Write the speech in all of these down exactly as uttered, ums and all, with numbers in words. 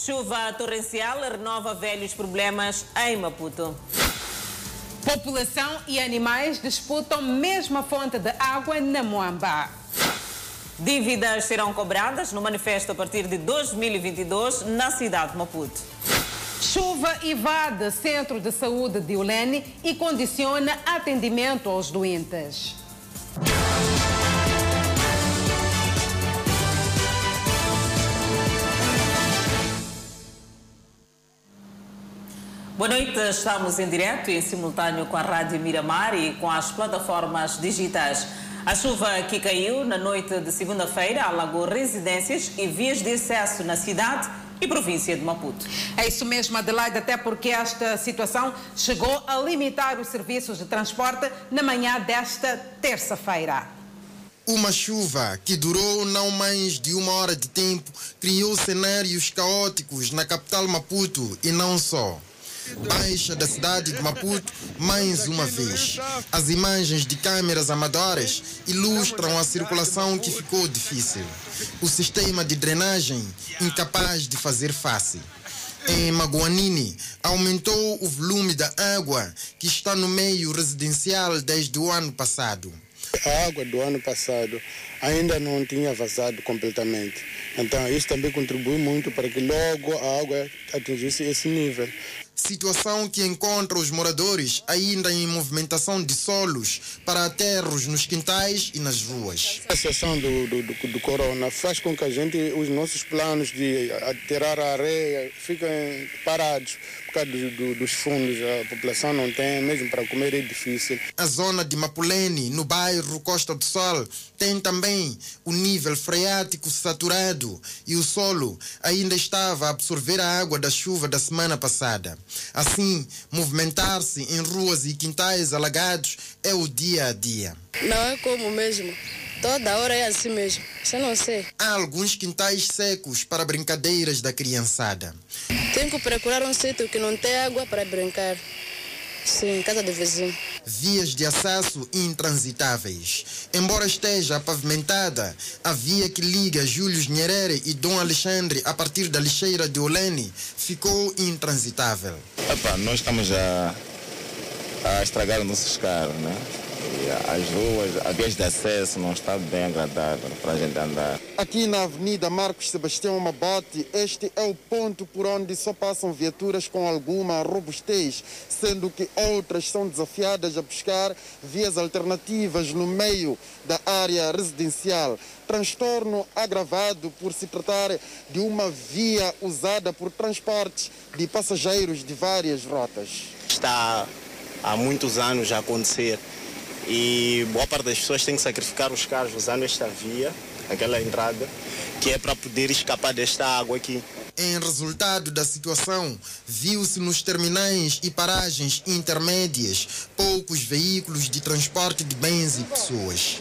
Chuva torrencial renova velhos problemas em Maputo. População e animais disputam mesma fonte de água na Moamba. Dívidas serão cobradas no manifesto a partir de dois mil e vinte e dois na cidade de Maputo. Chuva invade centro de saúde de Ulene e condiciona atendimento aos doentes. Boa noite, estamos em direto e em simultâneo com a Rádio Miramar e com as plataformas digitais. A chuva que caiu na noite de segunda-feira alagou residências e vias de acesso na cidade e província de Maputo. É isso mesmo, Adelaide, até porque esta situação chegou a limitar os serviços de transporte na manhã desta terça-feira. Uma chuva que durou não mais de uma hora de tempo criou cenários caóticos na capital Maputo e não só. Baixa da cidade de Maputo mais uma vez. As imagens de câmeras amadoras ilustram a circulação que ficou difícil. O sistema de drenagem incapaz de fazer face. Em Maguanini, aumentou o volume da água que está no meio residencial desde o ano passado. A água do ano passado ainda não tinha vazado completamente. Então isso também contribui muito para que logo a água atingisse esse nível. Situação que encontra os moradores ainda em movimentação de solos para aterros nos quintais e nas ruas. A situação do, do, do, do corona faz com que a gente, os nossos planos de aterrar a areia fiquem parados. Por causa do, do, dos fundos, a população não tem, mesmo para comer é difícil. A zona de Mapulene, no bairro Costa do Sol, tem também o nível freático saturado e o solo ainda estava a absorver a água da chuva da semana passada. Assim, movimentar-se em ruas e quintais alagados é o dia a dia. Não é como mesmo. Toda hora é assim mesmo. Você não sei. Há alguns quintais secos para brincadeiras da criançada. Tenho que procurar um sítio que não tem água para brincar. Sim, casa do vizinho. Vias de acesso intransitáveis. Embora esteja pavimentada, a via que liga Júlio Nyerere e Dom Alexandre a partir da lixeira de Ulene ficou intransitável. Epa, nós estamos a, a estragar os nossos carros, né? As ruas, as vias de acesso não está bem agradável para a gente andar. Aqui na Avenida Marcos Sebastião Mabote, este é o ponto por onde só passam viaturas com alguma robustez, sendo que outras são desafiadas a buscar vias alternativas no meio da área residencial. Transtorno agravado por se tratar de uma via usada por transportes de passageiros de várias rotas. Está há muitos anos a acontecer. E boa parte das pessoas tem que sacrificar os carros usando esta via, aquela entrada, que é para poder escapar desta água aqui. Em resultado da situação, viu-se nos terminais e paragens intermédias poucos veículos de transporte de bens e pessoas.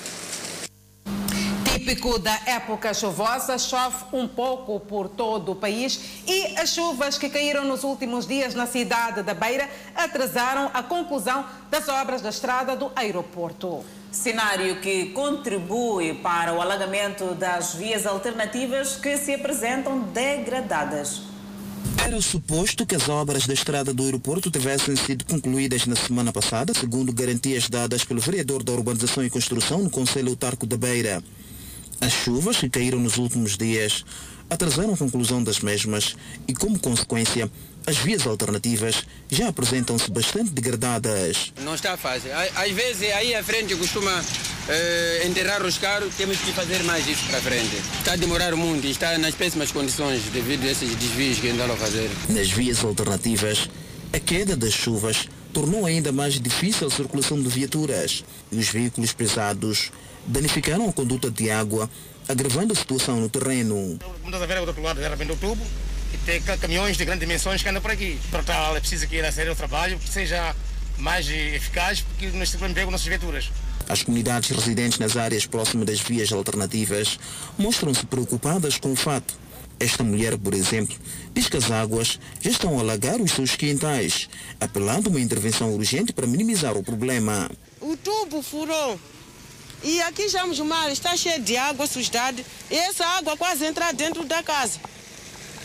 Típico da época chuvosa, chove um pouco por todo o país e as chuvas que caíram nos últimos dias na cidade da Beira atrasaram a conclusão das obras da estrada do aeroporto. Cenário que contribui para o alagamento das vias alternativas que se apresentam degradadas. Era suposto que as obras da estrada do aeroporto tivessem sido concluídas na semana passada, segundo garantias dadas pelo vereador da Urbanização e Construção no Conselho Autarco da Beira. As chuvas que caíram nos últimos dias atrasaram a conclusão das mesmas e, como consequência, as vias alternativas já apresentam-se bastante degradadas. Não está fácil. Às vezes, aí à frente costuma eh, enterrar os carros, temos que fazer mais isso para frente. Está a demorar muito e está nas péssimas condições devido a esses desvios que andaram a fazer. Nas vias alternativas, a queda das chuvas tornou ainda mais difícil a circulação de viaturas e os veículos pesados danificaram a conduta de água, agravando a situação no terreno. Vamos a ver o outro lado, de repente, outubro, e tem caminhões de grandes dimensões que andam por aqui. Para tal, é preciso que ir o trabalho, que seja mais eficaz, porque nós temos emprego nas viaturas. As comunidades residentes nas áreas próximas das vias alternativas mostram-se preocupadas com o fato. Esta mulher, por exemplo, diz que as águas já estão a alagar os seus quintais, apelando a uma intervenção urgente para minimizar o problema. O tubo furou. E aqui estamos mal, está cheio de água, sujidade, e essa água quase entra dentro da casa.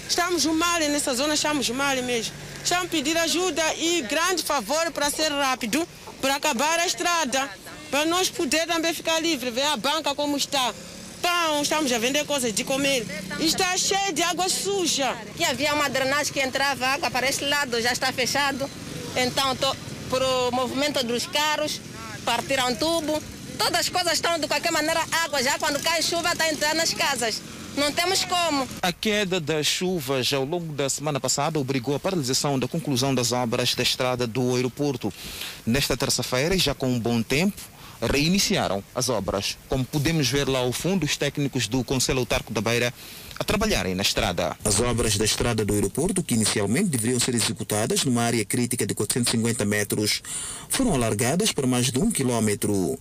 Estamos mal nessa zona, estamos mal mesmo. Estamos a pedir ajuda e grande favor para ser rápido, para acabar a estrada, para nós poder também ficar livre, ver a banca como está. Pão, estamos a vender coisas de comer. Está cheio de água suja. Aqui havia uma drenagem que entrava água para este lado, já está fechado. Então, tô, por o movimento dos carros, partiram tubo. Todas as coisas estão de qualquer maneira água. Já quando cai chuva está entrando nas casas. Não temos como. A queda das chuvas ao longo da semana passada obrigou a paralisação da conclusão das obras da estrada do aeroporto. Nesta terça-feira, já com um bom tempo, reiniciaram as obras. Como podemos ver lá ao fundo, os técnicos do Conselho Autarco da Beira a trabalharem na estrada. As obras da estrada do aeroporto, que inicialmente deveriam ser executadas numa área crítica de quatrocentos e cinquenta metros, foram alargadas para mais de um quilômetro.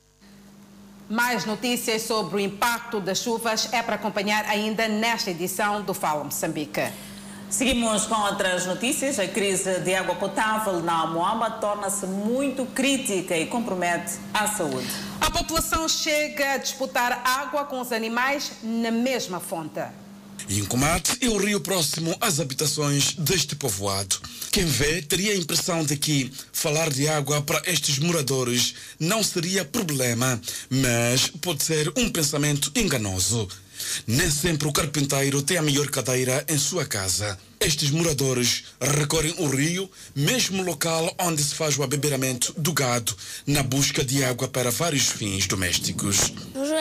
Mais notícias sobre o impacto das chuvas é para acompanhar ainda nesta edição do Fala Moçambique. Seguimos com outras notícias. A crise de água potável na Moamba torna-se muito crítica e compromete a saúde. A população chega a disputar água com os animais na mesma fonte. Incomate é o rio próximo às habitações deste povoado. Quem vê teria a impressão de que falar de água para estes moradores não seria problema, mas pode ser um pensamento enganoso. Nem sempre o carpinteiro tem a melhor cadeira em sua casa. Estes moradores recorrem ao rio, mesmo local onde se faz o abeberamento do gado, na busca de água para vários fins domésticos.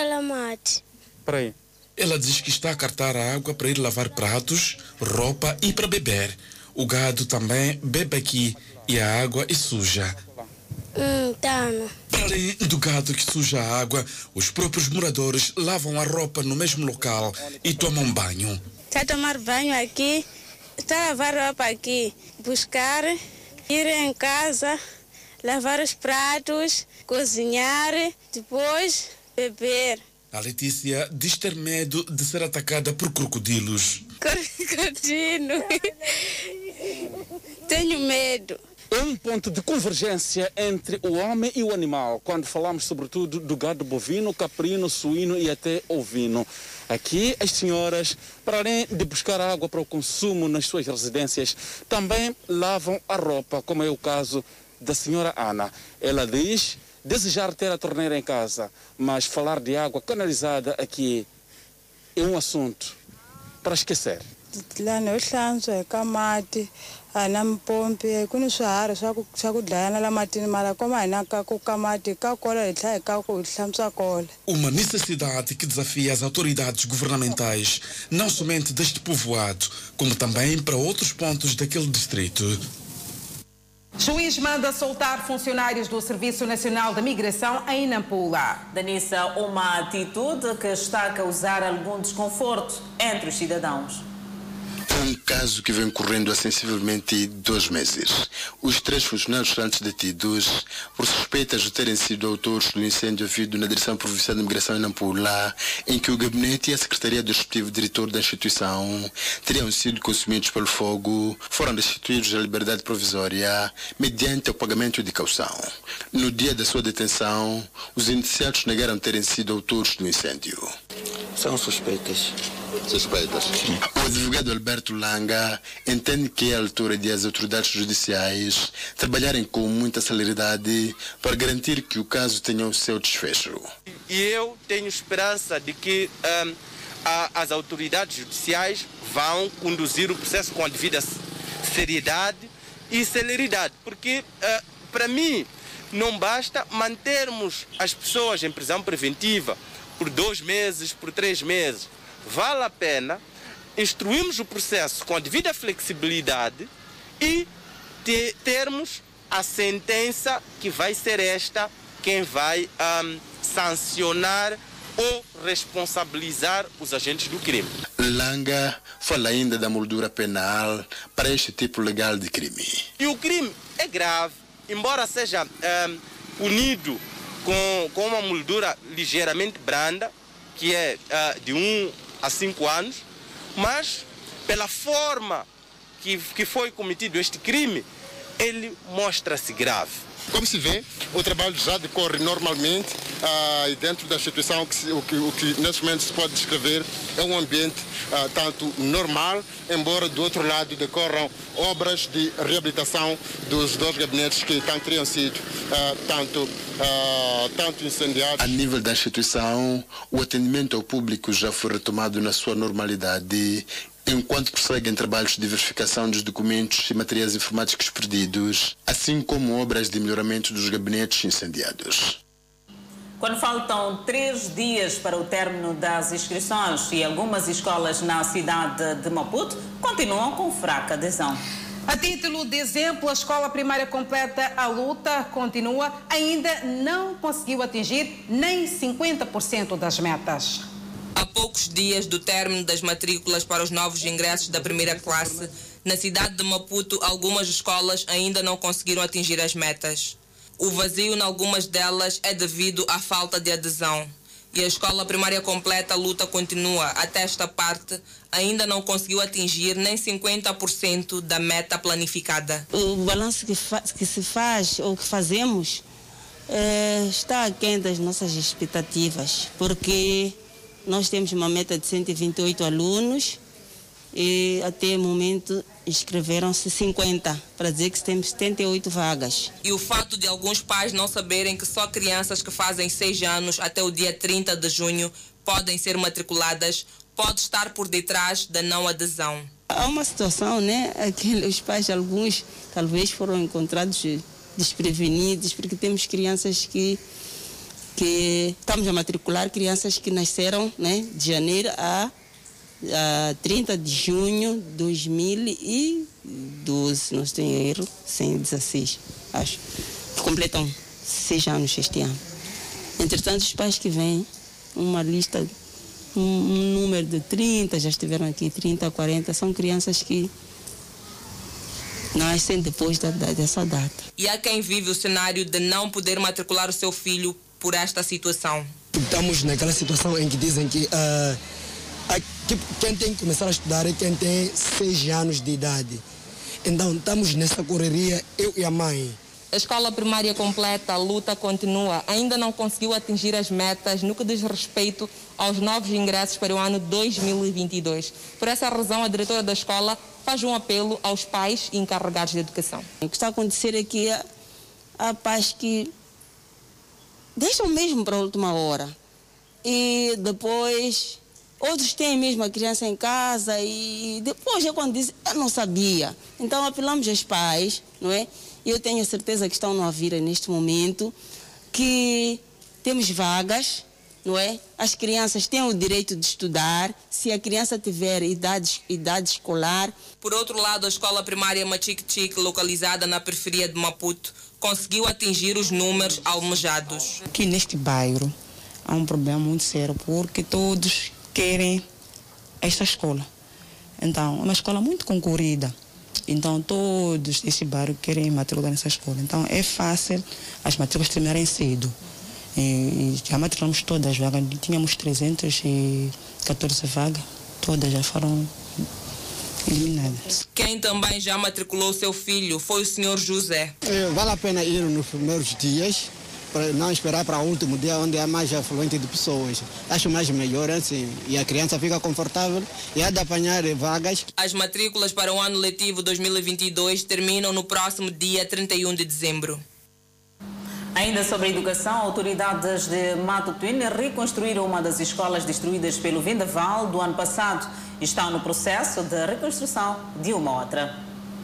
Para aí. Ela diz que está a cartar a água para ir lavar pratos, roupa e para beber. O gado também bebe aqui e a água é suja. Hum, tá. Para além do gado que suja a água, os próprios moradores lavam a roupa no mesmo local e tomam banho. Está a tomar banho aqui, está a lavar roupa aqui, buscar, ir em casa, lavar os pratos, cozinhar, depois beber. A Letícia diz ter medo de ser atacada por crocodilos. Crocodilo. Tenho medo. É um ponto de convergência entre o homem e o animal, quando falamos sobretudo do gado bovino, caprino, suíno e até ovino. Aqui as senhoras, para além de buscar água para o consumo nas suas residências, também lavam a roupa, como é o caso da senhora Ana. Ela diz desejar ter a torneira em casa, mas falar de água canalizada aqui é um assunto para esquecer. Lá no hlantswa hi ka mati a na mpompi ku ni swiharhi swa ku swa ku dlaya na la matini mara como a hi na ka ku ka mati ka kola hi tlha hi ka ku hi hlantswa kola. Uma necessidade que desafia as autoridades governamentais, não somente deste povoado, como também para outros pontos daquele distrito. Juiz manda soltar funcionários do Serviço Nacional de Migração em Nampula. Danissa, uma atitude que está a causar algum desconforto entre os cidadãos. É um caso que vem correndo há sensivelmente dois meses. Os três funcionários antes detidos, por suspeitas de terem sido autores do incêndio havido na Direção Provincial de Migração em Nampula, em que o gabinete e a secretaria do respectivo diretor da instituição teriam sido consumidos pelo fogo, foram destituídos da liberdade provisória mediante o pagamento de caução. No dia da sua detenção, os indiciados negaram terem sido autores do incêndio. São suspeitas. Suspeitas. O advogado Alberto Langa entende que é a altura de as autoridades judiciais trabalharem com muita celeridade para garantir que o caso tenha o seu desfecho. E eu tenho esperança de que um, a, as autoridades judiciais vão conduzir o processo com a devida seriedade e celeridade, porque uh, para mim não basta mantermos as pessoas em prisão preventiva por dois meses, por três meses. Vale a pena instruirmos o processo com a devida flexibilidade e te, termos a sentença que vai ser esta quem vai um, sancionar ou responsabilizar os agentes do crime. Langa fala ainda da moldura penal para este tipo legal de crime. E o crime é grave, embora seja um, punido com, com uma moldura ligeiramente branda, que é uh, de um a cinco anos, mas pela forma que, que foi cometido este crime, ele mostra-se grave. Como se vê, o trabalho já decorre normalmente ah, e dentro da instituição que se, o, que, o que nesse momento se pode descrever é um ambiente ah, tanto normal, embora do outro lado decorram obras de reabilitação dos dois gabinetes que tanto teriam sido ah, tanto, ah, tanto incendiados. A nível da instituição, o atendimento ao público já foi retomado na sua normalidade, enquanto prosseguem trabalhos de verificação dos documentos e materiais informáticos perdidos, assim como obras de melhoramento dos gabinetes incendiados. Quando faltam três dias para o término das inscrições e algumas escolas na cidade de Maputo continuam com fraca adesão. A título de exemplo, a escola primária completa A Luta continua, ainda não conseguiu atingir nem cinquenta por cento das metas. A poucos dias do término das matrículas para os novos ingressos da primeira classe, na cidade de Maputo, algumas escolas ainda não conseguiram atingir as metas. O vazio em algumas delas é devido à falta de adesão. E a escola primária completa, a luta continua. Até esta parte, ainda não conseguiu atingir nem cinquenta por cento da meta planificada. O balanço que, que se faz ou que fazemos é, está aquém das nossas expectativas, porque nós temos uma meta de cento e vinte e oito alunos e até o momento inscreveram-se cinquenta, para dizer que temos setenta e oito vagas. E o fato de alguns pais não saberem que só crianças que fazem seis anos até o dia trinta de junho podem ser matriculadas pode estar por detrás da não adesão. Há uma situação, né? Aqueles, os pais, alguns, talvez foram encontrados desprevenidos, porque temos crianças que que estamos a matricular crianças que nasceram, né, de janeiro a, a trinta de junho de dois mil e doze, não estou em erro, sem dezesseis, acho, que completam seis anos este ano. Entretanto, os pais que vêm, uma lista, um, um número de trinta, já estiveram aqui, trinta, quarenta, são crianças que nascem depois da, da, dessa data. E há quem vive o cenário de não poder matricular o seu filho por esta situação. Estamos naquela situação em que dizem que uh, quem tem que começar a estudar é quem tem seis anos de idade. Então estamos nessa correria, eu e a mãe. A escola primária completa, a luta continua. Ainda não conseguiu atingir as metas no que diz respeito aos novos ingressos para o ano dois mil e vinte e dois. Por essa razão, a diretora da escola faz um apelo aos pais e encarregados de educação. O que está a acontecer é que há, há pais que deixam mesmo para a última hora e depois outros têm mesmo a criança em casa e depois é quando dizem, eu não sabia. Então apelamos aos pais, não é? Eu tenho certeza que estão no Avira neste momento, que temos vagas, não é? As crianças têm o direito de estudar, se a criança tiver idade, idade escolar. Por outro lado, a escola primária Machique-Chique, localizada na periferia de Maputo, conseguiu atingir os números almejados. Aqui neste bairro há um problema muito sério, porque todos querem esta escola. Então, é uma escola muito concorrida. Então, todos deste bairro querem matricular nessa escola. Então, é fácil as matrículas terminarem cedo. E, e já matriculamos todas as vagas. Tínhamos trezentas e quatorze vagas. Todas já foram eliminadas. Quem também já matriculou seu filho foi o senhor José. É, vale a pena ir nos primeiros dias, para não esperar para o último dia, onde há mais afluente de pessoas. Acho mais melhor assim, e a criança fica confortável e há de apanhar vagas. As matrículas para o ano letivo dois mil e vinte e dois terminam no próximo dia trinta e um de dezembro. Ainda sobre a educação, autoridades de Matutuíne reconstruíram uma das escolas destruídas pelo vendaval do ano passado e estão no processo de reconstrução de uma outra.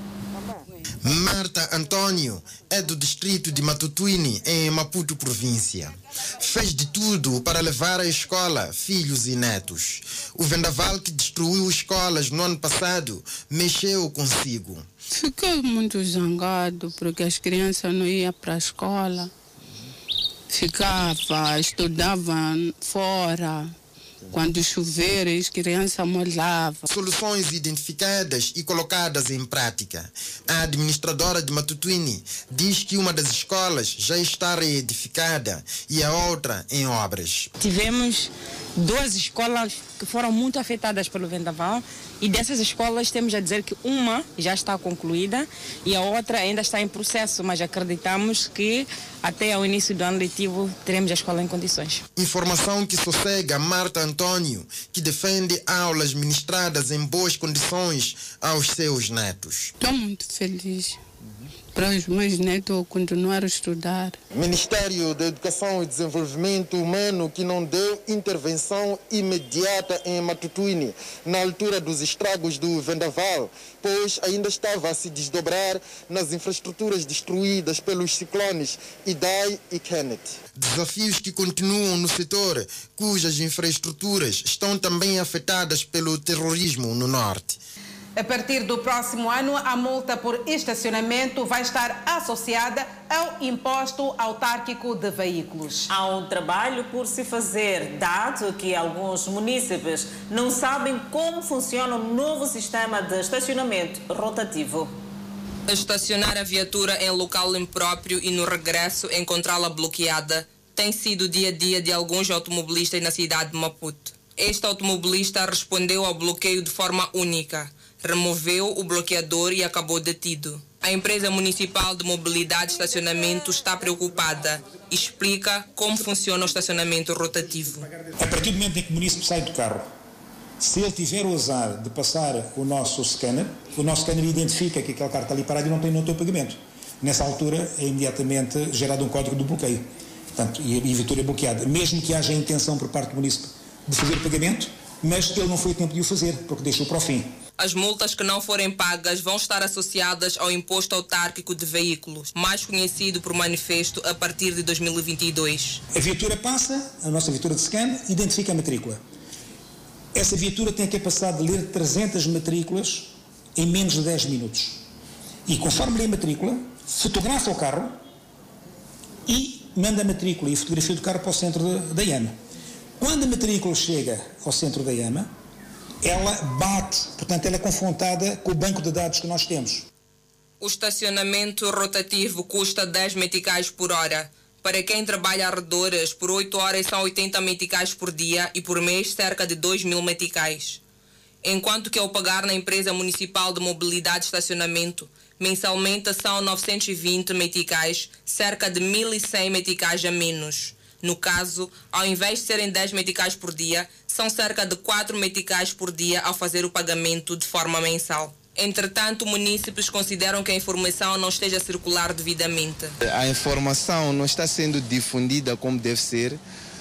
Marta Antônio é do distrito de Matutuíne, em Maputo, província. Fez de tudo para levar à escola filhos e netos. O vendaval que destruiu escolas no ano passado mexeu consigo. Fiquei muito zangado porque as crianças não iam para a escola. Ficava, estudavam fora. Quando chover, as crianças molhavam. Soluções identificadas e colocadas em prática. A administradora de Matutuíne diz que uma das escolas já está reedificada e a outra em obras. Tivemos duas escolas que foram muito afetadas pelo vendaval, e dessas escolas temos a dizer que uma já está concluída e a outra ainda está em processo, mas acreditamos que até ao início do ano letivo teremos a escola em condições. Informação que sossega Marta Antônio, que defende aulas ministradas em boas condições aos seus netos. Estou muito feliz para os meus netos continuar a estudar. Ministério da Educação e Desenvolvimento Humano que não deu intervenção imediata em Matutuine na altura dos estragos do vendaval, pois ainda estava a se desdobrar nas infraestruturas destruídas pelos ciclones Idai e Kenneth. Desafios que continuam no setor, cujas infraestruturas estão também afetadas pelo terrorismo no norte. A partir do próximo ano, a multa por estacionamento vai estar associada ao imposto autárquico de veículos. Há um trabalho por se fazer, dado que alguns munícipes não sabem como funciona o novo sistema de estacionamento rotativo. Estacionar a viatura em local impróprio e no regresso encontrá-la bloqueada tem sido o dia a dia de alguns automobilistas na cidade de Maputo. Este automobilista respondeu ao bloqueio de forma única. Removeu o bloqueador e acabou detido. A empresa municipal de mobilidade e estacionamento está preocupada e explica como funciona o estacionamento rotativo. A partir do momento em que o município sai do carro, se ele tiver o azar de passar o nosso scanner, o nosso scanner identifica que aquele carro está ali parado e não tem no teu pagamento. Nessa altura é imediatamente gerado um código do bloqueio. Portanto, e a viatura é bloqueada. Mesmo que haja a intenção por parte do município de fazer o pagamento, mas ele não foi o tempo de o fazer, porque deixou para o fim. As multas que não forem pagas vão estar associadas ao imposto autárquico de veículos, mais conhecido por manifesto a partir de dois mil e vinte e dois. A viatura passa, a nossa viatura de scan, identifica a matrícula. Essa viatura tem a capacidade de ler trezentas matrículas em menos de dez minutos. E conforme lê a matrícula, fotografa o carro e manda a matrícula e a fotografia do carro para o centro da I A M A. Quando a matrícula chega ao centro da I A M A, ela bate, portanto ela é confrontada com o banco de dados que nós temos. O estacionamento rotativo custa dez meticais por hora. Para quem trabalha arredores, por oito horas são oitenta meticais por dia e por mês cerca de dois mil meticais. Enquanto que ao pagar na empresa municipal de mobilidade e estacionamento, mensalmente são novecentos e vinte meticais, cerca de mil e cem meticais a menos. No caso, ao invés de serem dez meticais por dia, são cerca de quatro meticais por dia ao fazer o pagamento de forma mensal. Entretanto, munícipes consideram que a informação não esteja a circular devidamente. A informação não está sendo difundida como deve ser.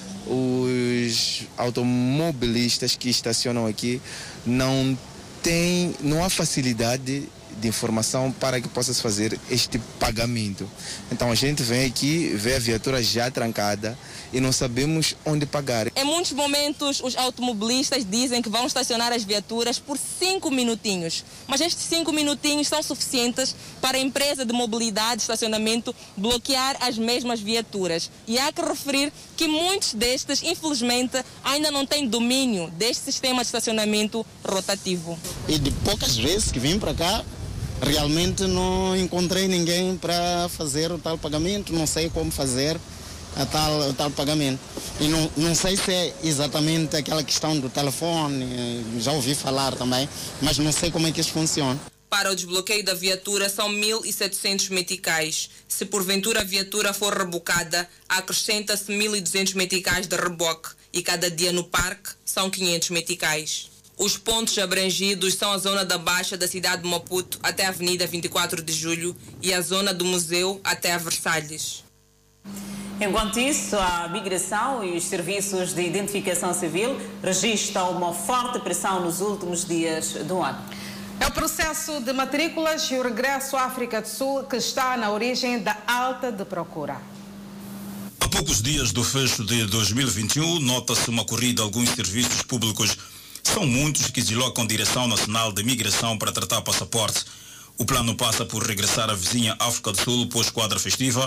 Os automobilistas que estacionam aqui não têm, não há facilidade de informação para que possa fazer este pagamento. Então a gente vem aqui, vê a viatura já trancada e não sabemos onde pagar. Em muitos momentos os automobilistas dizem que vão estacionar as viaturas por cinco minutinhos, mas estes cinco minutinhos são suficientes para a empresa de mobilidade e estacionamento bloquear as mesmas viaturas. E há que referir que muitos destes, infelizmente, ainda não têm domínio deste sistema de estacionamento rotativo. E de poucas vezes que vim para cá, realmente não encontrei ninguém para fazer o tal pagamento, não sei como fazer a tal, o tal pagamento. E não, não sei se é exatamente aquela questão do telefone, já ouvi falar também, mas não sei como é que isso funciona. Para o desbloqueio da viatura são mil e setecentos meticais. Se porventura a viatura for rebocada, acrescenta-se mil e duzentos meticais de reboque e cada dia no parque são quinhentos meticais. Os pontos abrangidos são a zona da Baixa da cidade de Maputo até a Avenida vinte e quatro de Julho e a zona do Museu até a Versalhes. Enquanto isso, a migração e os serviços de identificação civil registram uma forte pressão nos últimos dias do ano. É o processo de matrículas e o regresso à África do Sul que está na origem da alta de procura. Há poucos dias do fecho de dois mil e vinte e um, nota-se uma corrida a alguns serviços públicos. São muitos que deslocam Direção Nacional de Migração para tratar passaporte. O plano passa por regressar à vizinha África do Sul pós-quadra festiva,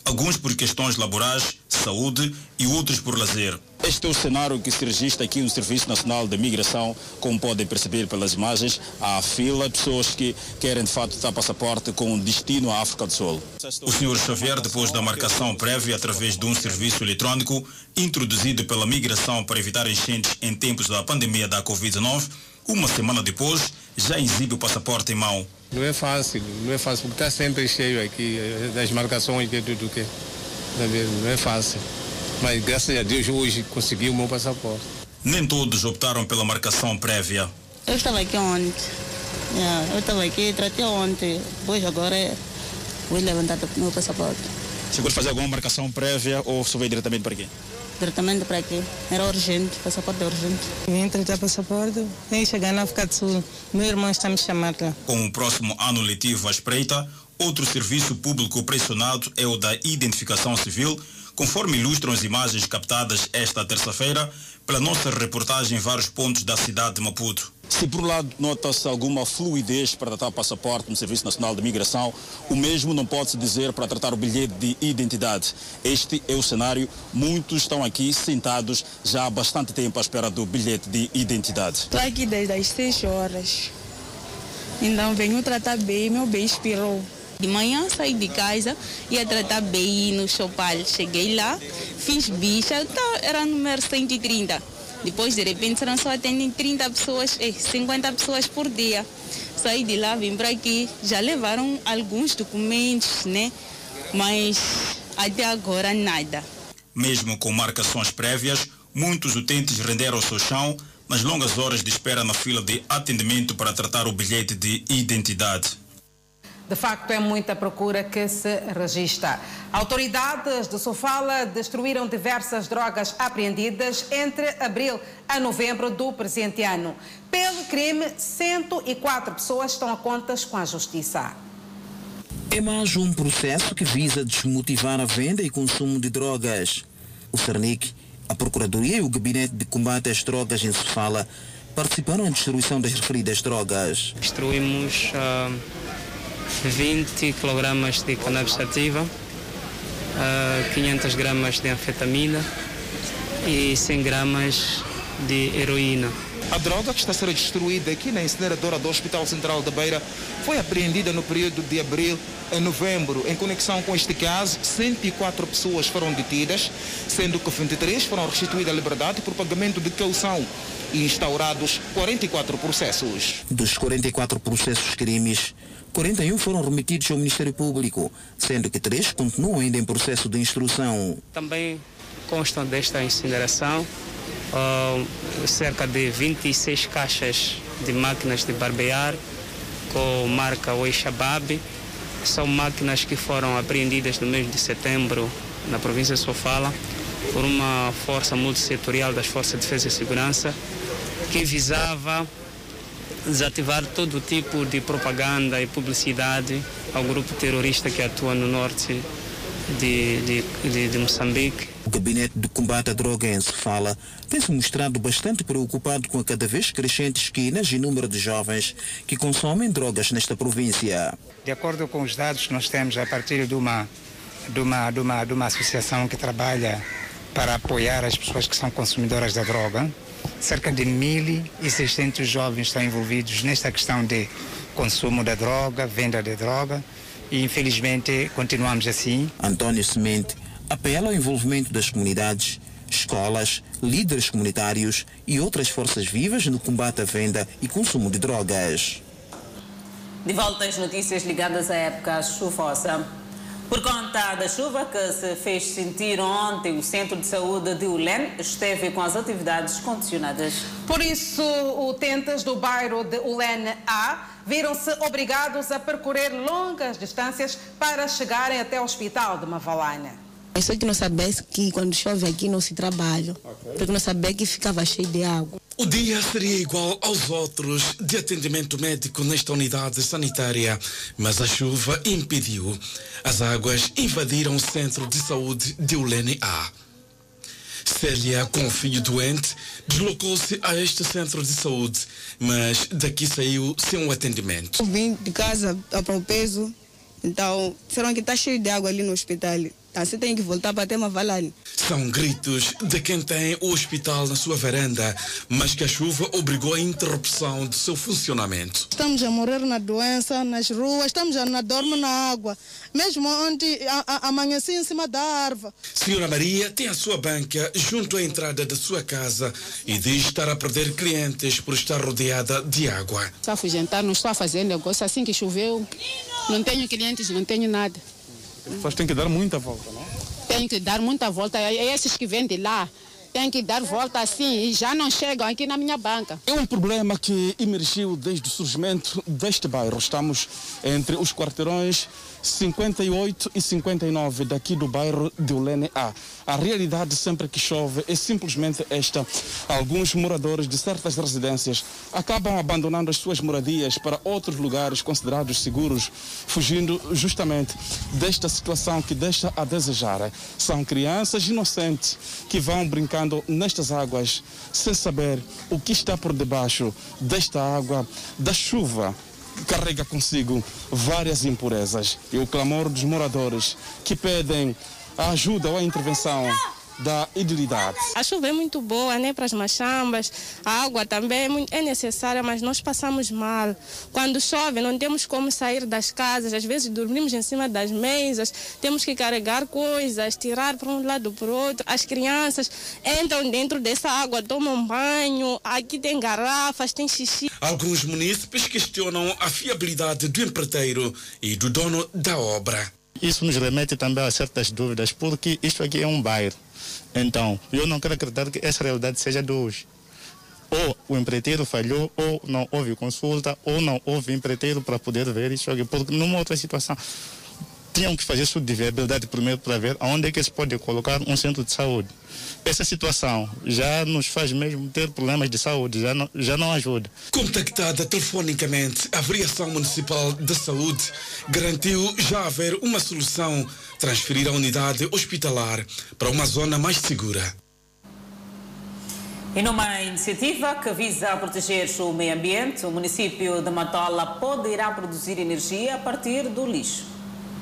alguns por questões laborais, saúde e outros por lazer. Este é o cenário que se registra aqui no Serviço Nacional de Migração. Como podem perceber pelas imagens, há fila, pessoas que querem de fato dar passaporte com destino à África do Sul. O senhor Xavier, depois da marcação prévia através de um serviço eletrônico introduzido pela migração para evitar enchentes em tempos da pandemia da covid dezenove, uma semana depois já exibe o passaporte em mão. Não é fácil, não é fácil, porque está sempre cheio aqui, das marcações e tudo que. Não é fácil. Mas graças a Deus hoje consegui o meu passaporte. Nem todos optaram pela marcação prévia. Eu estava aqui ontem. Yeah, eu estava aqui, tratei ontem. Depois agora vou levantar o meu passaporte. Chegou a fazer alguma marcação prévia ou só veio diretamente para aqui? Diretamente para aqui. Era urgente, passaporte é urgente. Vim tratar passaporte e chegar na África do Sul. Meu irmão está me chamando lá. Com o próximo ano letivo à espreita, outro serviço público pressionado é o da identificação civil, conforme ilustram as imagens captadas esta terça-feira pela nossa reportagem em vários pontos da cidade de Maputo. Se por um lado nota-se alguma fluidez para tratar o passaporte no Serviço Nacional de Migração, o mesmo não pode-se dizer para tratar o bilhete de identidade. Este é o cenário. Muitos estão aqui sentados já há bastante tempo à espera do bilhete de identidade. Estou aqui desde as seis horas. Então venho tratar bem, meu bem expirou. De manhã saí de casa, ia tratar bem no Chopal. Cheguei lá, fiz bicha, então era número cento e trinta. Depois, de repente, serão só atendem trinta pessoas, eh, cinquenta pessoas por dia. Saí de lá, vim para aqui, já levaram alguns documentos, né? Mas até agora nada. Mesmo com marcações prévias, muitos utentes renderam-se ao chão nas longas horas de espera na fila de atendimento para tratar o bilhete de identidade. De facto, é muita procura que se registra. Autoridades de Sofala destruíram diversas drogas apreendidas entre abril a novembro do presente ano. Pelo crime, cento e quatro pessoas estão a contas com a justiça. É mais um processo que visa desmotivar a venda e consumo de drogas. O Cernic, a Procuradoria e o Gabinete de Combate às Drogas em Sofala participaram na destruição das referidas drogas. Destruímos Uh... vinte quilogramas de cannabis sativa, uh, quinhentas gramas de anfetamina e cem gramas de heroína. A droga que está a ser destruída aqui na incineradora do Hospital Central da Beira foi apreendida no período de abril a novembro. Em conexão com este caso, cento e quatro pessoas foram detidas, sendo que vinte e três foram restituídas à liberdade por pagamento de caução e instaurados quarenta e quatro processos. Dos quarenta e quatro processos crimes, quarenta e um foram remetidos ao Ministério Público, sendo que três continuam ainda em processo de instrução. Também constam desta incineração uh, cerca de vinte e seis caixas de máquinas de barbear com marca Oi Shabab. São máquinas que foram apreendidas no mês de setembro na província de Sofala por uma força multissetorial das Forças de Defesa e Segurança que visava desativar todo tipo de propaganda e publicidade ao grupo terrorista que atua no norte de, de, de, de Moçambique. O Gabinete de Combate à Droga em Sofala tem se mostrado bastante preocupado com a cada vez crescente esquinas e número de jovens que consomem drogas nesta província. De acordo com os dados que nós temos a partir de uma, de uma, de uma, de uma associação que trabalha para apoiar as pessoas que são consumidoras da droga, cerca de mil e seiscentos jovens estão envolvidos nesta questão de consumo da droga, venda de droga, e infelizmente continuamos assim. António Semente apela ao envolvimento das comunidades, escolas, líderes comunitários e outras forças vivas no combate à venda e consumo de drogas. De volta às notícias ligadas à época chuvosa. Por conta da chuva que se fez sentir ontem, o Centro de Saúde de Ulene esteve com as atividades condicionadas. Por isso, utentes do bairro de Ulene A viram-se obrigados a percorrer longas distâncias para chegarem até o hospital de Mavalane. É só que não sabia que quando chove aqui não se trabalha, okay. Porque não sabia que ficava cheio de água. O dia seria igual aos outros de atendimento médico nesta unidade sanitária, mas a chuva impediu. As águas invadiram o Centro de Saúde de Ulene A. Célia, com o filho doente, deslocou-se a este centro de saúde, mas daqui saiu sem um atendimento. Eu vim de casa para o peso, então disseram que está cheio de água ali no hospital. Assim tem que voltar para ter uma valane. São gritos de quem tem o hospital na sua varanda, mas que a chuva obrigou a interrupção do seu funcionamento. Estamos a morrer na doença, nas ruas, estamos a dormir na água. Mesmo ontem, a, a, amanheci em cima da árvore. Senhora Maria tem a sua banca junto à entrada da sua casa e diz estar a perder clientes por estar rodeada de água. Estou a afugentar, não estou a fazer negócio assim que choveu. Não tenho clientes, não tenho nada. As pessoas têm que dar muita volta, não? Tem que dar muita volta. Esses que vêm de lá têm que dar volta assim e já não chegam aqui na minha banca. É um problema que emergiu desde o surgimento deste bairro. Estamos entre os quarteirões cinquenta e oito e cinquenta e nove daqui do bairro de Ulene A. A realidade sempre que chove é simplesmente esta. Alguns moradores de certas residências acabam abandonando as suas moradias para outros lugares considerados seguros, fugindo justamente desta situação que deixa a desejar. São crianças inocentes que vão brincando nestas águas sem saber o que está por debaixo desta água, da chuva. Carrega consigo várias impurezas e o clamor dos moradores que pedem a ajuda ou a intervenção da idilidade. A chuva é muito boa, né, para as machambas, a água também é necessária, mas nós passamos mal. Quando chove não temos como sair das casas, às vezes dormimos em cima das mesas, temos que carregar coisas, tirar para um lado para o outro. As crianças entram dentro dessa água, tomam banho, aqui tem garrafas, tem xixi. Alguns munícipes questionam a fiabilidade do empreiteiro e do dono da obra. Isso nos remete também a certas dúvidas, porque isto aqui é um bairro. Então, eu não quero acreditar que essa realidade seja de hoje. Ou o empreiteiro falhou, ou não houve consulta, ou não houve empreiteiro para poder ver isso aqui. Porque numa outra situação, tinham que fazer estudo de viabilidade primeiro para ver aonde é que se pode colocar um centro de saúde. Essa situação já nos faz mesmo ter problemas de saúde, já não, já não ajuda. Contactada telefonicamente, a Variação Municipal de Saúde garantiu já haver uma solução, transferir a unidade hospitalar para uma zona mais segura. E numa iniciativa que visa proteger o meio ambiente, o município de Matola poderá produzir energia a partir do lixo.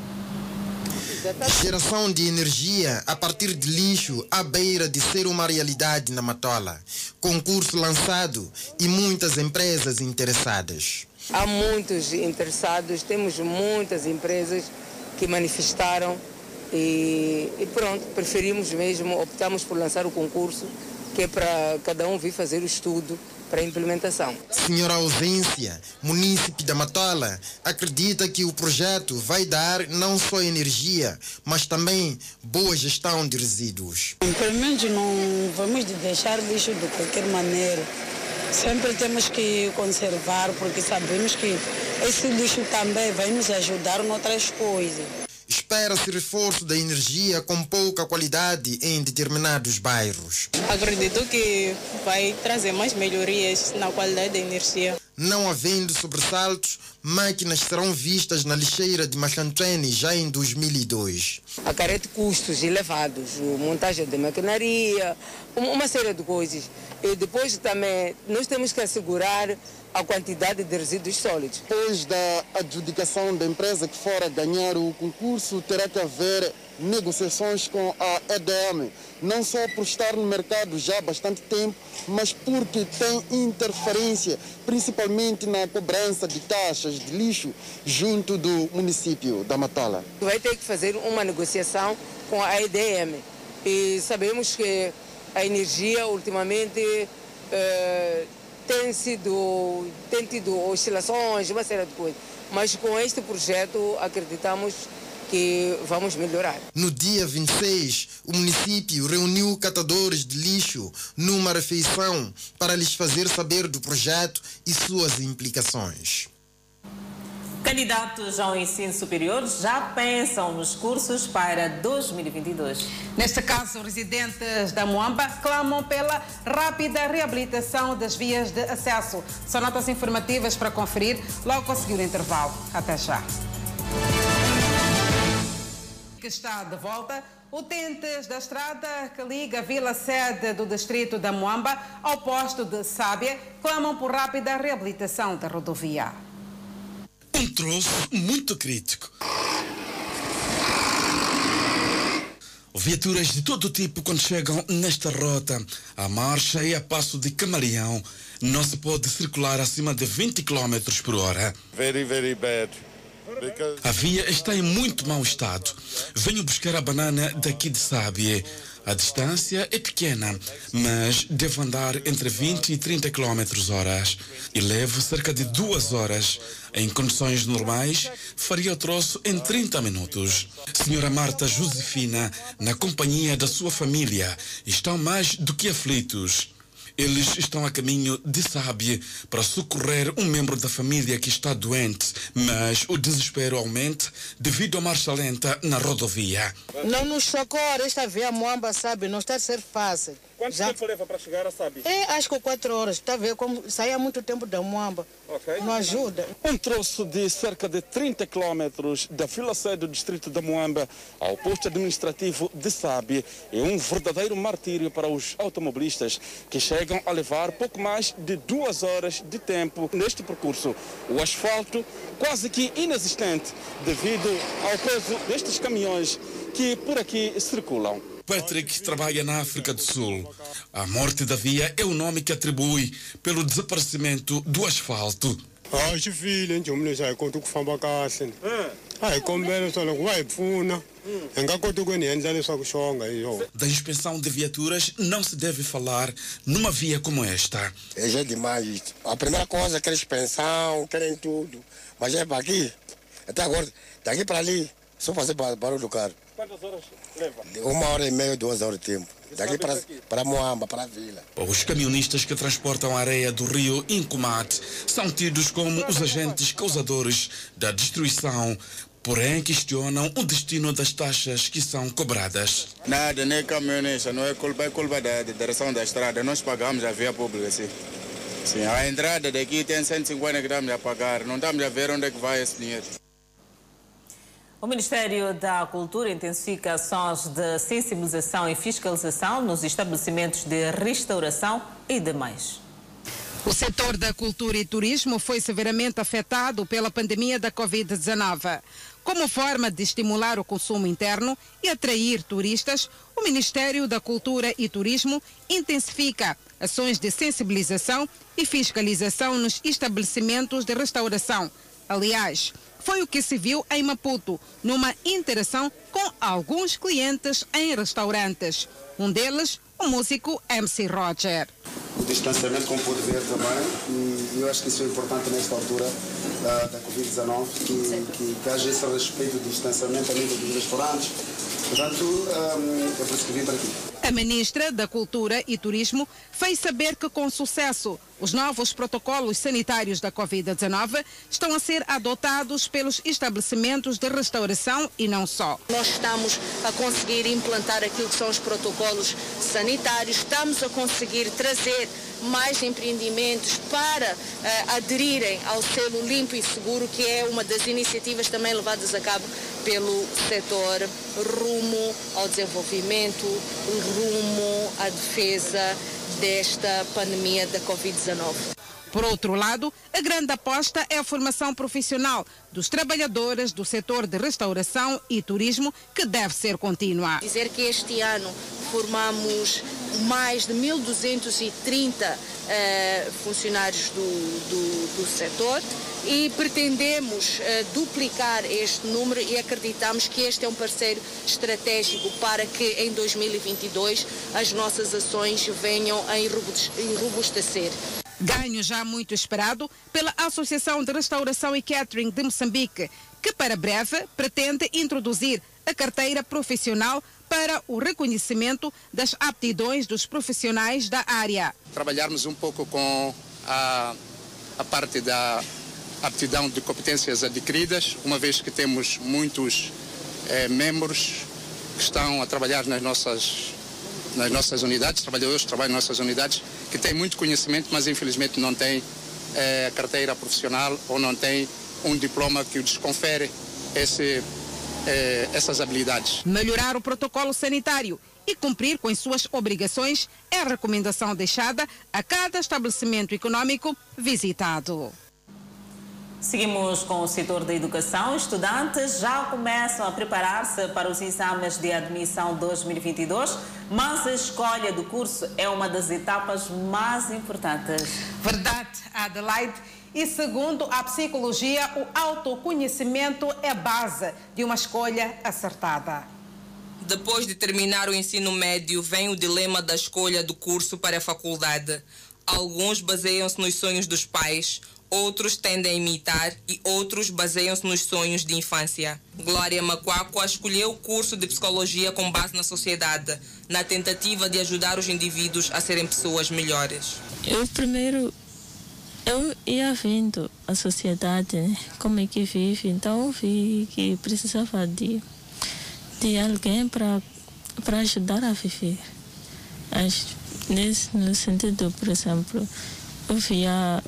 Geração de energia a partir de lixo à beira de ser uma realidade na Matola. Concurso lançado e muitas empresas interessadas. Há muitos interessados, temos muitas empresas que manifestaram e, e pronto, preferimos mesmo, optamos por lançar o concurso, que é para cada um vir fazer o estudo para a implementação. Senhora Ausência, munícipe da Matola, acredita que o projeto vai dar não só energia, mas também boa gestão de resíduos. Pelo menos não vamos deixar lixo de qualquer maneira. Sempre temos que conservar, porque sabemos que esse lixo também vai nos ajudar em outras coisas. Espera-se reforço da energia com pouca qualidade em determinados bairros. Acredito que vai trazer mais melhorias na qualidade da energia. Não havendo sobressaltos, máquinas serão vistas na lixeira de Machantrene já em dois mil e dois. Acarreta custos elevados, montagem de maquinaria, uma série de coisas. E depois também nós temos que assegurar a quantidade de resíduos sólidos. Depois da adjudicação da empresa que for a ganhar o concurso, terá que haver negociações com a E D M, não só por estar no mercado já há bastante tempo, mas porque tem interferência, principalmente na cobrança de taxas de lixo junto do município da Matola. Vai ter que fazer uma negociação com a E D M e sabemos que a energia ultimamente eh, tem sido, tem tido oscilações, uma série de coisas, mas com este projeto acreditamos que vamos melhorar. No dia vinte e seis, o município reuniu catadores de lixo numa refeição para lhes fazer saber do projeto e suas implicações. Candidatos ao ensino superior já pensam nos cursos para dois mil e vinte e dois. Neste caso, residentes da Moamba clamam pela rápida reabilitação das vias de acesso. São notas informativas para conferir logo a seguir o intervalo. Até já. Que está de volta, utentes da estrada que liga a vila-sede do distrito da Moamba ao posto de Sábia clamam por rápida reabilitação da rodovia. Um troço muito crítico. Viaturas de todo tipo, quando chegam nesta rota, a marcha e a passo de camaleão, não se pode circular acima de vinte quilômetros por hora. Very, very bad. Because... A via está em muito mau estado. Venho buscar a banana daqui de Sábie. A distância é pequena, mas devo andar entre vinte e trinta quilômetros hora e levo cerca de duas horas. Em condições normais, faria o troço em trinta minutos. Senhora Marta Josefina, na companhia da sua família, estão mais do que aflitos. Eles estão a caminho de Sábie para socorrer um membro da família que está doente, mas o desespero aumenta devido à marcha lenta na rodovia. Não nos socorre, esta via Moamba, sabe, não está a ser fácil. Quanto Já... tempo leva para chegar a Sábie? É, acho que quatro horas, está a ver como saía muito tempo da Moamba. Okay. Não ajuda. Um troço de cerca de trinta quilômetros da fila C do distrito da Moamba ao posto administrativo de Sábie é um verdadeiro martírio para os automobilistas que chegam a levar pouco mais de duas horas de tempo neste percurso. O asfalto quase que inexistente devido ao peso destes caminhões que por aqui circulam. Patrick trabalha na África do Sul. A morte da via é o nome que atribui pelo desaparecimento do asfalto. Ah, filho, nje umntu sayikota ukufamba kahle. Hayi kombela sona kuwayipfuna. Engakota ku niendla leswaku xonga hi yona. Da inspeção de viaturas não se deve falar numa via como esta. É já demais. A primeira coisa, querem inspeção, querem tudo. Mas é para aqui. Até agora, daqui para ali, só fazer barulho do carro. Quantas horas leva? Uma hora e meia, duas horas de tempo. Daqui para, para Moamba, para a vila. Os caminhonistas que transportam a areia do rio Incomate são tidos como os agentes causadores da destruição, porém questionam o destino das taxas que são cobradas. Nada, nem caminhonista, não é culpa, é culpa da direção da estrada. Nós pagamos a via pública, sim. Sim, a entrada daqui tem cento e cinquenta que estamos a pagar. Não estamos a ver onde é que vai esse dinheiro. O Ministério da Cultura intensifica ações de sensibilização e fiscalização nos estabelecimentos de restauração e demais. O setor da cultura e turismo foi severamente afetado pela pandemia da covid dezenove. Como forma de estimular o consumo interno e atrair turistas, o Ministério da Cultura e Turismo intensifica ações de sensibilização e fiscalização nos estabelecimentos de restauração. Aliás, foi o que se viu em Maputo, numa interação com alguns clientes em restaurantes. Um deles, o músico M C Roger. O distanciamento, como pode ver também, e eu acho que isso é importante nesta altura da, da covid dezenove, que, que, que haja esse respeito do distanciamento a nível dos restaurantes. Portanto, um, é por isso que vim para aqui. A ministra da Cultura e Turismo fez saber que, com sucesso, os novos protocolos sanitários da covid dezenove estão a ser adotados pelos estabelecimentos de restauração e não só. Nós estamos a conseguir implantar aquilo que são os protocolos sanitários, estamos a conseguir trazer mais empreendimentos para uh, aderirem ao selo limpo e seguro, que é uma das iniciativas também levadas a cabo pelo setor rumo ao desenvolvimento, rumo à defesa desta pandemia da covid dezenove. Por outro lado, a grande aposta é a formação profissional dos trabalhadores do setor de restauração e turismo, que deve ser contínua. Dizer que este ano formamos mais de mil duzentos e trinta uh, funcionários do, do, do setor e pretendemos uh, duplicar este número e acreditamos que este é um parceiro estratégico para que em dois mil e vinte e dois as nossas ações venham a enrobustecer. Ganho já muito esperado pela Associação de Restauração e Catering de Moçambique, que para breve pretende introduzir a carteira profissional para o reconhecimento das aptidões dos profissionais da área. Trabalharmos um pouco com a, a parte da aptidão de competências adquiridas, uma vez que temos muitos eh, membros que estão a trabalhar nas nossas nas nossas unidades, trabalhadores que trabalham nas nossas unidades, que têm muito conhecimento, mas infelizmente não têm eh, carteira profissional ou não têm um diploma que lhes confere esse, eh, essas habilidades. Melhorar o protocolo sanitário e cumprir com as suas obrigações é a recomendação deixada a cada estabelecimento econômico visitado. Seguimos com o setor da educação. Estudantes já começam a preparar-se para os exames de admissão dois mil e vinte e dois, mas a escolha do curso é uma das etapas mais importantes. Verdade, Adelaide. E segundo a psicologia, o autoconhecimento é a base de uma escolha acertada. Depois de terminar o ensino médio, vem o dilema da escolha do curso para a faculdade. Alguns baseiam-se nos sonhos dos pais, outros tendem a imitar e outros baseiam-se nos sonhos de infância. Glória Macuacua escolheu o curso de psicologia com base na sociedade, na tentativa de ajudar os indivíduos a serem pessoas melhores. Eu primeiro, eu ia vendo a sociedade, né, como é que vive, então eu vi que precisava de, de alguém para para ajudar a viver. As, nesse, no sentido, por exemplo, eu via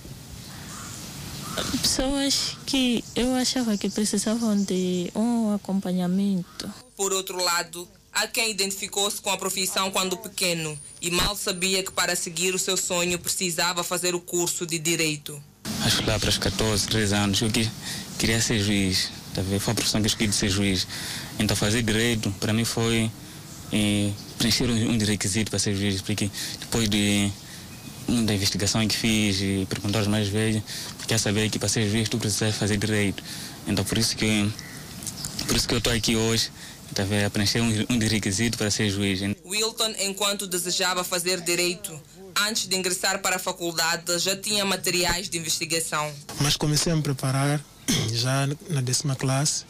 pessoas que eu achava que precisavam de um acompanhamento. Por outro lado, há quem identificou-se com a profissão quando pequeno e mal sabia que para seguir o seu sonho precisava fazer o curso de Direito. Acho que lá para os catorze, treze anos, eu queria ser juiz. Foi a profissão que eu escolhi de ser juiz. Então fazer Direito, para mim, foi eh, preencher um, um requisito para ser juiz, porque depois de da investigação que fiz e perguntar aos mais velhos, porque quer saber que para ser juiz tu precisas fazer Direito. Então por isso que, por isso que eu estou aqui hoje, a preencher um, um requisito para ser juiz. Wilton, enquanto desejava fazer Direito, antes de ingressar para a faculdade, já tinha materiais de investigação. Mas comecei a me preparar já na décima classe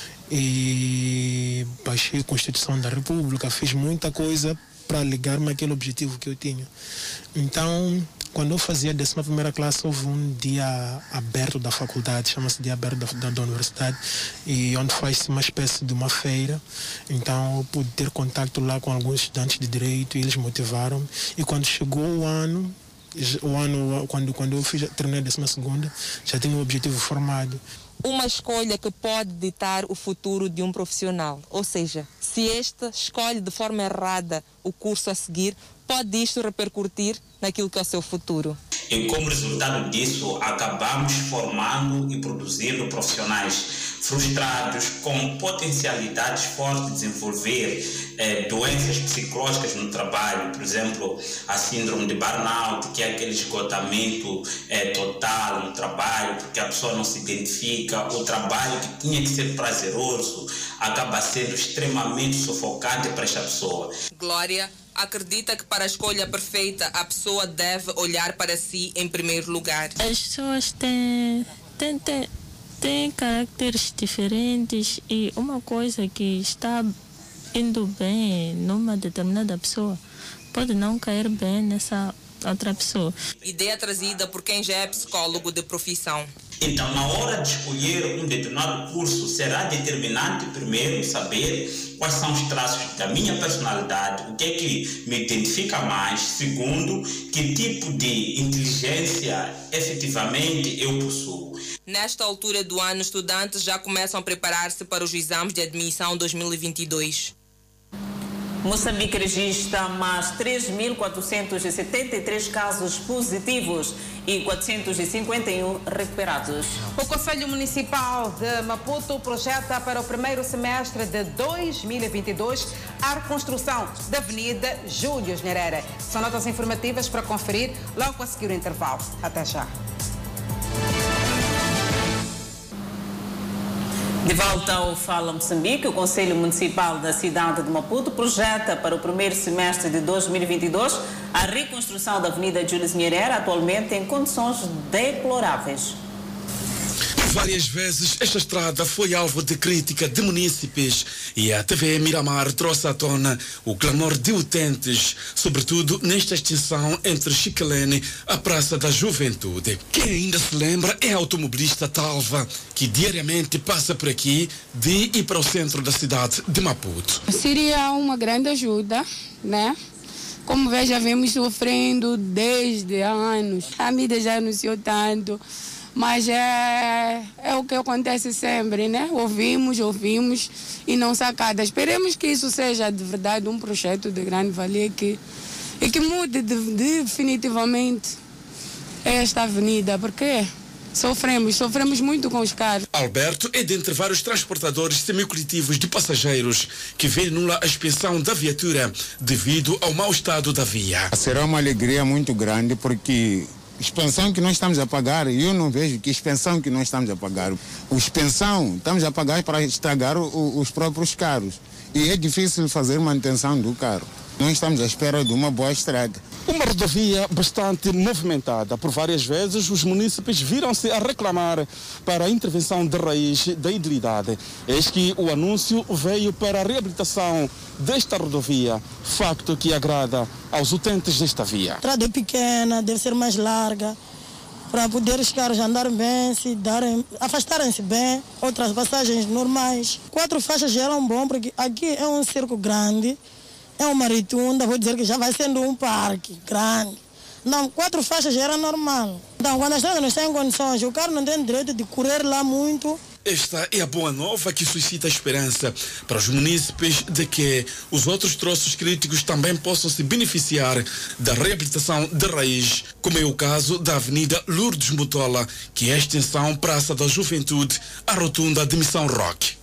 e baixei a Constituição da República, fiz muita coisa para ligar-me àquele objetivo que eu tinha. Então, quando eu fazia a décima primeira classe, houve um dia aberto da faculdade, chama-se dia aberto da, da, da universidade, e onde faz-se uma espécie de uma feira. Então, eu pude ter contato lá com alguns estudantes de Direito e eles motivaram-me. E quando chegou o ano, o ano quando, quando eu fiz, terminei a décima segunda, já tinha o objetivo formado. Uma escolha que pode ditar o futuro de um profissional. Ou seja, se este escolhe de forma errada o curso a seguir, pode isto repercutir naquilo que é o seu futuro. E como resultado disso, acabamos formando e produzindo profissionais frustrados com potencialidades fortes de desenvolver eh, doenças psicológicas no trabalho, por exemplo, a síndrome de burnout, que é aquele esgotamento eh, total no trabalho, porque a pessoa não se identifica, o trabalho que tinha que ser prazeroso acaba sendo extremamente sufocante para esta pessoa. Glória acredita que para a escolha perfeita a pessoa deve olhar para si em primeiro lugar. As pessoas têm, têm, têm, têm caracteres diferentes e uma coisa que está indo bem numa determinada pessoa pode não cair bem nessa outra pessoa. Ideia trazida por quem já é psicólogo de profissão. Então, na hora de escolher um determinado curso, será determinante primeiro saber quais são os traços da minha personalidade, o que é que me identifica mais. Segundo, que tipo de inteligência efetivamente eu possuo. Nesta altura do ano, estudantes já começam a preparar-se para os exames de admissão dois mil e vinte e dois. Moçambique registra mais três mil quatrocentos e setenta e três casos positivos e quatrocentos e cinquenta e um recuperados. O Conselho Municipal de Maputo projeta para o primeiro semestre de dois mil e vinte e dois a reconstrução da Avenida Júlio Nyerere. São notas informativas para conferir logo a seguir o intervalo. Até já. De volta ao Fala Moçambique, o Conselho Municipal da cidade de Maputo projeta para o primeiro semestre de dois mil e vinte e dois a reconstrução da Avenida Júlio Nyerere, atualmente em condições deploráveis. Várias vezes esta estrada foi alvo de crítica de munícipes e a T V Miramar trouxe à tona o clamor de utentes, sobretudo nesta extinção entre Chiquelene e a Praça da Juventude. Quem ainda se lembra é a automobilista Talva, que diariamente passa por aqui de ir para o centro da cidade de Maputo. Seria uma grande ajuda, né? Como vê, já vemos sofrendo desde há anos. A mídia já anunciou tanto. Mas é, é o que acontece sempre, né? Ouvimos, ouvimos e não sacada. Esperemos que isso seja de verdade um projeto de grande valia que, e que mude de, definitivamente esta avenida, porque Sofremos, sofremos muito com os carros. Alberto é dentre vários transportadores semicoletivos de passageiros que vê nula a expansão da viatura devido ao mau estado da via. Será uma alegria muito grande porque expansão que nós estamos a pagar, eu não vejo que expansão que nós estamos a pagar. O expansão estamos a pagar para estragar o, os próprios carros e é difícil fazer manutenção do carro. Nós estamos à espera de uma boa estrada. Uma rodovia bastante movimentada. Por várias vezes, os munícipes viram-se a reclamar para a intervenção de raiz da idilidade. Eis que o anúncio veio para a reabilitação desta rodovia, facto que agrada aos utentes desta via. A estrada é pequena, deve ser mais larga, para poder os carros andarem bem, se darem, afastarem-se bem, outras passagens normais. Quatro faixas já eram bom, porque aqui é um circo grande. É uma rotunda, vou dizer que já vai sendo um parque grande. Não, quatro faixas já era normal. Então, quando a estrada não está em condições, o carro não tem direito de correr lá muito. Esta é a boa nova que suscita a esperança para os munícipes de que os outros troços críticos também possam se beneficiar da reabilitação de raiz, como é o caso da Avenida Lourdes Mutola, que é a extensão Praça da Juventude, a rotunda de Missão Roque.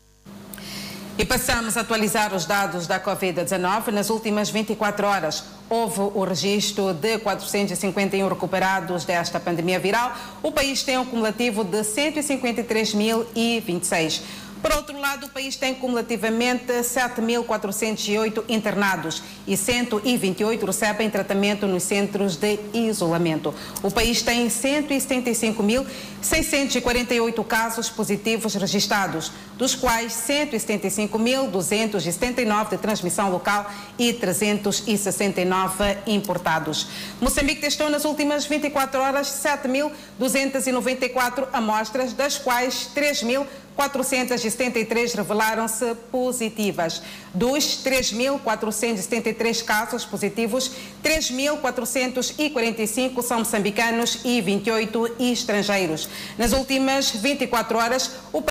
E passamos a atualizar os dados da Covid dezenove. Nas últimas vinte e quatro horas, houve o registro de quatrocentos e cinquenta e um recuperados desta pandemia viral. O país tem um cumulativo de cento e cinquenta e três mil e vinte e seis. Por outro lado, o país tem cumulativamente sete mil quatrocentos e oito internados e cento e vinte e oito recebem tratamento nos centros de isolamento. O país tem cento e setenta e cinco mil seiscentos e quarenta e oito casos positivos registrados, dos quais cento e setenta e cinco mil duzentos e setenta e nove de transmissão local e trezentos e sessenta e nove importados. Moçambique testou nas últimas vinte e quatro horas sete mil duzentos e noventa e quatro amostras, das quais três mil quatrocentos e setenta e três revelaram-se positivas. Dos três mil quatrocentos e setenta e três casos positivos, três mil quatrocentos e quarenta e cinco são moçambicanos e vinte e oito estrangeiros. Nas últimas vinte e quatro horas, o